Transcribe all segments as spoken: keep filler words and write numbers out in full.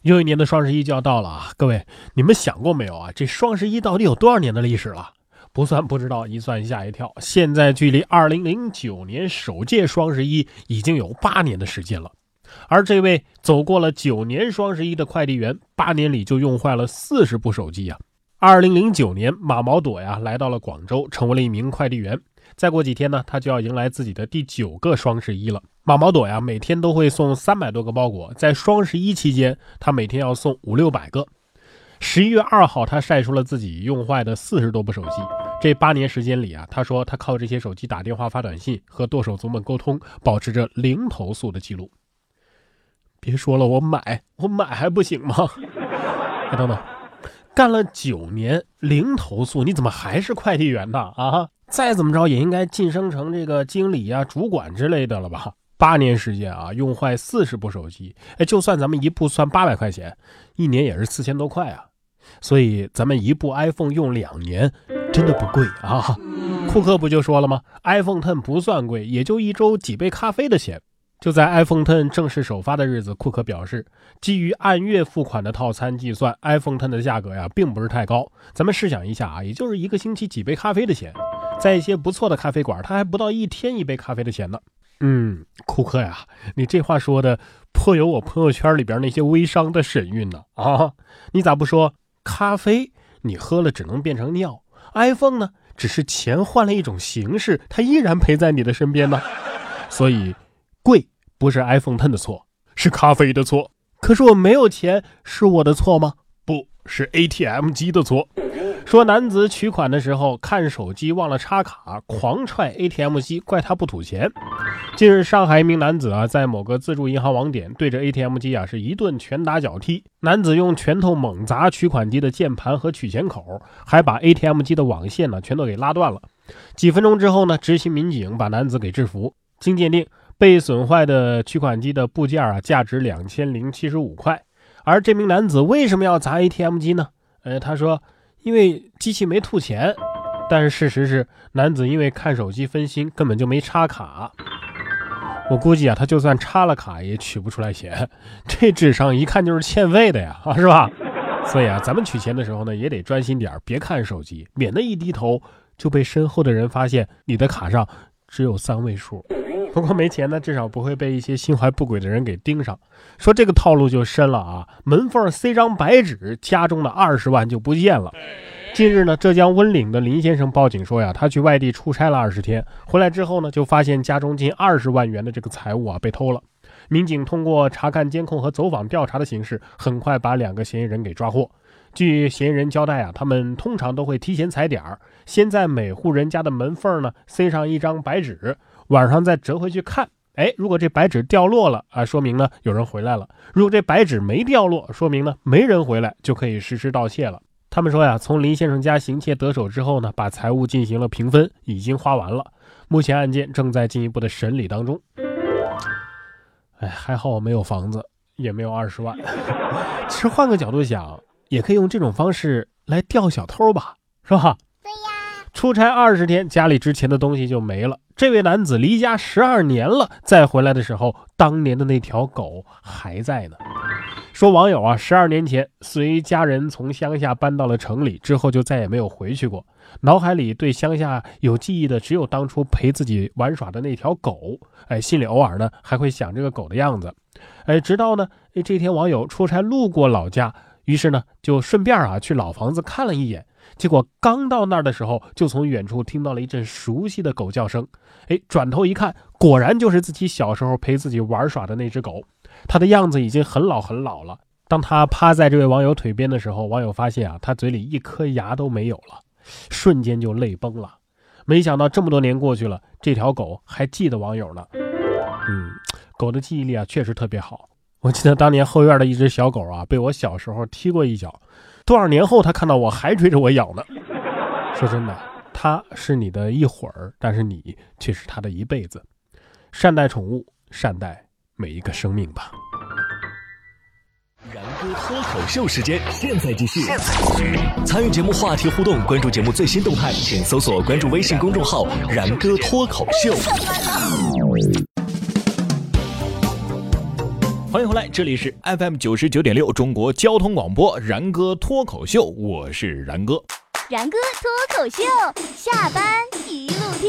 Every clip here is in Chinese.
又一年的双十一就要到了啊！各位，你们想过没有啊？这双十一到底有多少年的历史了？不算不知道，一算吓一跳。现在距离二零零九年首届双十一已经有八年的时间了。而这位走过了九年双十一的快递员，八年里就用坏了四十部手机呀、啊。二零零九年，马毛朵呀来到了广州，成为了一名快递员。再过几天呢，他就要迎来自己的第九个双十一了。马毛朵呀，每天都会送三百多个包裹，在双十一期间，他每天要送五六百个。十一月二号，他晒出了自己用坏的四十多部手机。这八年时间里啊，他说他靠这些手机打电话、发短信和剁手族们沟通，保持着零投诉的记录。别说了，我买，我买还不行吗？哎，等等，干了九年零投诉，你怎么还是快递员呢？啊，再怎么着也应该晋升成这个经理啊、主管之类的了吧？八年时间啊，用坏四十部手机，哎，就算咱们一部算八百块钱，一年也是四千多块啊。所以咱们一部 iPhone 用两年，真的不贵啊。库克不就说了吗 ？iPhone X 不算贵，也就一周几杯咖啡的钱。就在 iPhone X 正式首发的日子，库克表示，基于按月付款的套餐计算 ，iPhone X 的价格呀，并不是太高。咱们试想一下啊，也就是一个星期几杯咖啡的钱，在一些不错的咖啡馆，它还不到一天一杯咖啡的钱呢。嗯，库克呀，你这话说的颇有我朋友圈里边那些微商的神韵呢啊！你咋不说咖啡你喝了只能变成尿 ，iPhone 呢只是钱换了一种形式，它依然陪在你的身边呢。所以贵不是 iPhone X 的错，是咖啡的错。可是我没有钱，是我的错吗？不是 A T M 机的错。说男子取款的时候看手机忘了插卡，狂踹 A T M 机，怪他不吐钱。近日，上海一名男子啊，在某个自助银行网点对着 A T M 机啊是一顿拳打脚踢。男子用拳头猛砸取款机的键盘和取钱口，还把 A T M 机的网线呢全都给拉断了。几分钟之后呢，执勤民警把男子给制服。经鉴定，被损坏的取款机的部件啊，价值两千零七十五块。而这名男子为什么要砸 A T M 机呢？呃，他说，因为机器没吐钱。但是事实是，男子因为看手机分心，根本就没插卡。我估计啊，他就算插了卡，也取不出来钱。这智商一看就是欠费的呀，啊，是吧？所以啊，咱们取钱的时候呢，也得专心点，别看手机，免得一低头就被身后的人发现你的卡上只有三位数。不过没钱呢，至少不会被一些心怀不轨的人给盯上。说这个套路就深了啊，门缝塞张白纸，家中的二十万就不见了。近日呢，浙江温岭的林先生报警说呀，他去外地出差了二十天，回来之后呢，就发现家中近二十万元的这个财物啊被偷了。民警通过查看监控和走访调查的形式，很快把两个嫌疑人给抓获。据嫌疑人交代啊，他们通常都会提前踩点儿，先在每户人家的门缝呢塞上一张白纸，晚上再折回去看。哎，如果这白纸掉落了啊，说明呢有人回来了；如果这白纸没掉落，说明呢没人回来，就可以实施盗窃了。他们说呀，从林先生家行窃得手之后呢，把财物进行了平分，已经花完了。目前案件正在进一步的审理当中。哎，还好我没有房子，也没有二十万。其实换个角度想，也可以用这种方式来钓小偷吧，是吧？对呀。出差二十天，家里值钱的东西就没了。这位男子离家十二年了，再回来的时候，当年的那条狗还在呢。说网友啊，十二年前随家人从乡下搬到了城里，之后就再也没有回去过。脑海里对乡下有记忆的只有当初陪自己玩耍的那条狗，哎，心里偶尔呢还会想这个狗的样子。哎，直到呢这天网友出差路过老家，于是呢就顺便啊去老房子看了一眼。结果刚到那儿的时候，就从远处听到了一阵熟悉的狗叫声。哎，转头一看，果然就是自己小时候陪自己玩耍的那只狗。它的样子已经很老很老了。当他趴在这位网友腿边的时候，网友发现啊，他嘴里一颗牙都没有了，瞬间就泪崩了。没想到这么多年过去了，这条狗还记得网友呢。嗯，狗的记忆力啊，确实特别好。我记得当年后院的一只小狗啊，被我小时候踢过一脚，多少年后它看到我还追着我咬呢。说真的，它是你的一会儿，但是你却是它的一辈子。善待宠物，善待每一个生命吧。 然哥脱口秀时间，现在继续。参与节目话题互动，关注节目最新动态，请搜索关注微信公众号“然哥脱口秀”。 欢迎回来，这里是 F M 九十九点六中国交通广播然哥脱口秀，我是然哥。 然哥脱口秀，下班一路听。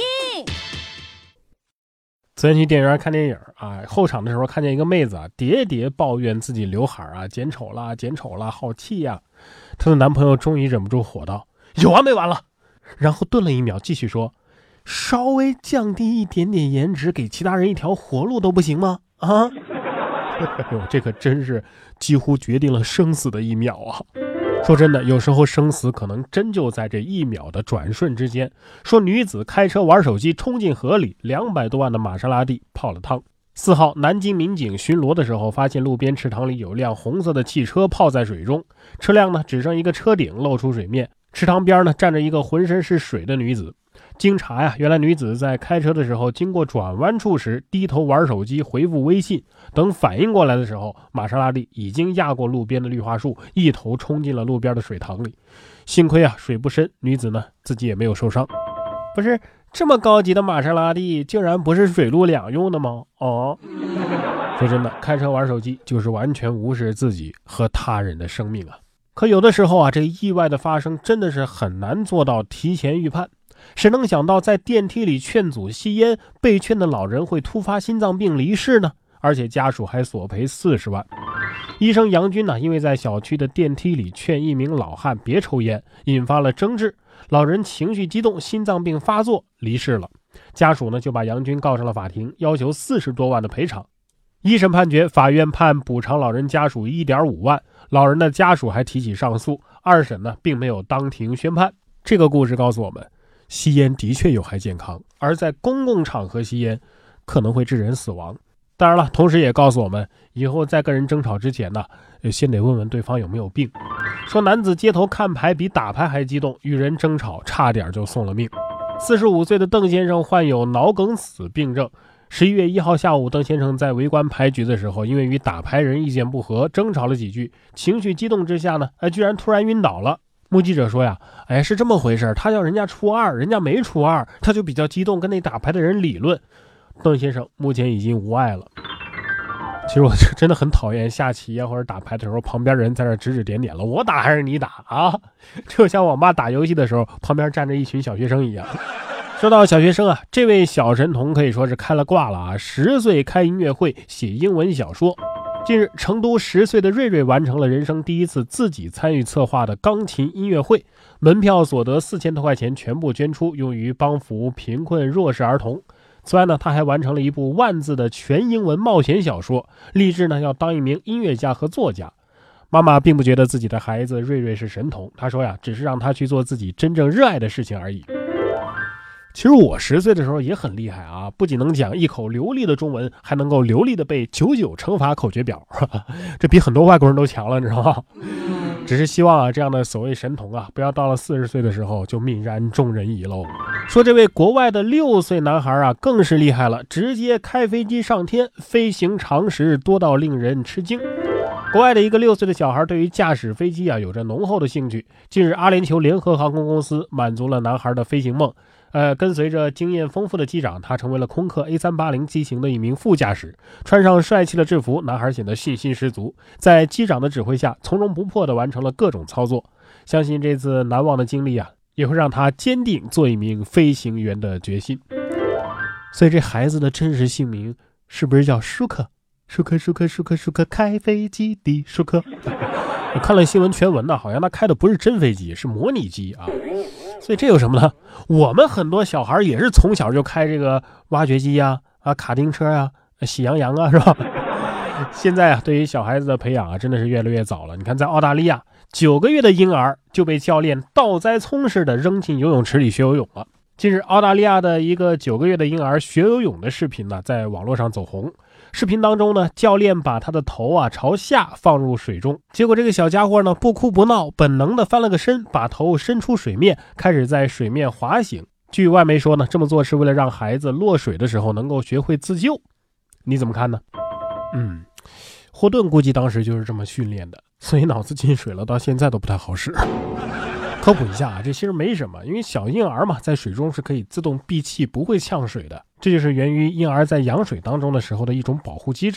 昨天去电影院看电影啊，后场的时候看见一个妹子啊，喋喋抱怨自己刘海啊剪丑了，剪丑了，好气呀、啊！她的男朋友终于忍不住火道：“有完没完了？”然后顿了一秒，继续说：“稍微降低一点点颜值，给其他人一条活路都不行吗？啊！”哎呦，这可真是几乎决定了生死的一秒啊！说真的，有时候生死可能真就在这一秒的转瞬之间。说女子开车玩手机冲进河里，两百多万的玛莎拉蒂泡了汤。四号，南京民警巡逻的时候，发现路边池塘里有辆红色的汽车泡在水中，车辆呢只剩一个车顶露出水面，池塘边呢站着一个浑身是水的女子。经查呀，原来女子在开车的时候，经过转弯处时低头玩手机回复微信，等反应过来的时候，玛莎拉蒂已经压过路边的绿化树，一头冲进了路边的水塘里。幸亏啊水不深，女子呢自己也没有受伤。不是这么高级的玛莎拉蒂竟然不是水陆两用的吗？哦，说真的，开车玩手机就是完全无视自己和他人的生命啊。可有的时候啊，这意外的发生真的是很难做到提前预判。谁能想到在电梯里劝阻吸烟，被劝的老人会突发心脏病离世呢？而且家属还索赔四十万。医生杨军呢，因为在小区的电梯里劝一名老汉别抽烟，引发了争执，老人情绪激动，心脏病发作离世了。家属呢就把杨军告上了法庭，要求四十多万的赔偿。一审判决，法院判补偿老人家属 一点五万，老人的家属还提起上诉。二审呢并没有当庭宣判。这个故事告诉我们，吸烟的确有害健康，而在公共场合吸烟可能会致人死亡。当然了，同时也告诉我们，以后在跟人争吵之前呢，先得问问对方有没有病。说男子街头看牌比打牌还激动，与人争吵差点就送了命。四十五岁的邓先生患有脑梗死病症。十一月一号下午，邓先生在围观牌局的时候，因为与打牌人意见不合，争吵了几句，情绪激动之下呢，哎，居然突然晕倒了。目击者说呀，哎，是这么回事，他叫人家出二，人家没出二，他就比较激动，跟那打牌的人理论。邓先生目前已经无碍了。其实我真的很讨厌下棋啊或者打牌的时候，旁边人在那指指点点了，我打还是你打啊？就像我妈打游戏的时候，旁边站着一群小学生一样。说到小学生啊，这位小神童可以说是开了挂了啊！十岁开音乐会，写英文小说。近日，成都十岁的瑞瑞完成了人生第一次自己参与策划的钢琴音乐会，门票所得四千多块钱全部捐出，用于帮扶贫困弱势儿童。此外呢，他还完成了一部万字的全英文冒险小说，立志呢要当一名音乐家和作家。妈妈并不觉得自己的孩子瑞瑞是神童，她说呀，只是让他去做自己真正热爱的事情而已。其实我十岁的时候也很厉害啊，不仅能讲一口流利的中文，还能够流利的背九九乘法口诀表，呵呵，这比很多外国人都强了，你知道吗？只是希望啊，这样的所谓神童啊，不要到了四十岁的时候就泯然众人矣喽。说这位国外的六岁男孩啊，更是厉害了，直接开飞机上天，飞行常识多到令人吃惊。国外的一个六岁的小孩对于驾驶飞机啊有着浓厚的兴趣。近日，阿联酋联合航空公司满足了男孩的飞行梦。呃，跟随着经验丰富的机长，他成为了空客 A 三八零 机型的一名副驾驶。穿上帅气的制服，男孩显得信心十足，在机长的指挥下，从容不迫地完成了各种操作。相信这次难忘的经历啊，也会让他坚定做一名飞行员的决心。所以这孩子的真实姓名是不是叫舒克？舒克舒克舒克舒克开飞机的舒克。我看了新闻全文呢，好像他开的不是真飞机，是模拟机啊。所以这有什么呢？我们很多小孩也是从小就开这个挖掘机呀、啊、啊卡丁车呀、啊、喜羊羊啊，是吧？现在啊，对于小孩子的培养啊，真的是越来越早了。你看，在澳大利亚，九个月的婴儿就被教练倒栽葱似的扔进游泳池里学游泳了。近日，澳大利亚的一个九个月的婴儿学游泳的视频呢，在网络上走红。视频当中呢，教练把他的头啊朝下放入水中，结果这个小家伙呢不哭不闹，本能的翻了个身，把头伸出水面，开始在水面滑行。据外媒说呢，这么做是为了让孩子落水的时候能够学会自救。你怎么看呢？嗯，霍顿估计当时就是这么训练的，所以脑子进水了，到现在都不太好使。科普一下啊，这其实没什么，因为小婴儿嘛，在水中是可以自动闭气，不会呛水的。这就是源于婴儿在羊水当中的时候的一种保护机制。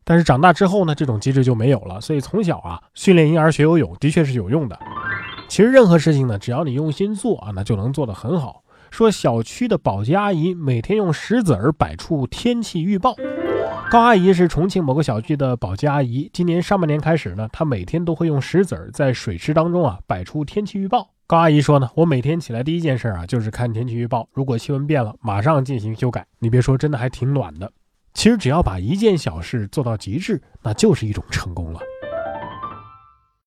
但是长大之后呢，这种机制就没有了。所以从小啊，训练婴儿学游泳的确是有用的。其实任何事情呢，只要你用心做啊，那就能做得很好。说小区的保洁阿姨每天用石子儿摆出天气预报。高阿姨是重庆某个小区的保洁阿姨，今年上半年开始呢，她每天都会用石子儿在水池当中啊摆出天气预报。高阿姨说呢，我每天起来第一件事啊就是看天气预报，如果气温变了，马上进行修改。你别说，真的还挺暖的。其实只要把一件小事做到极致，那就是一种成功了。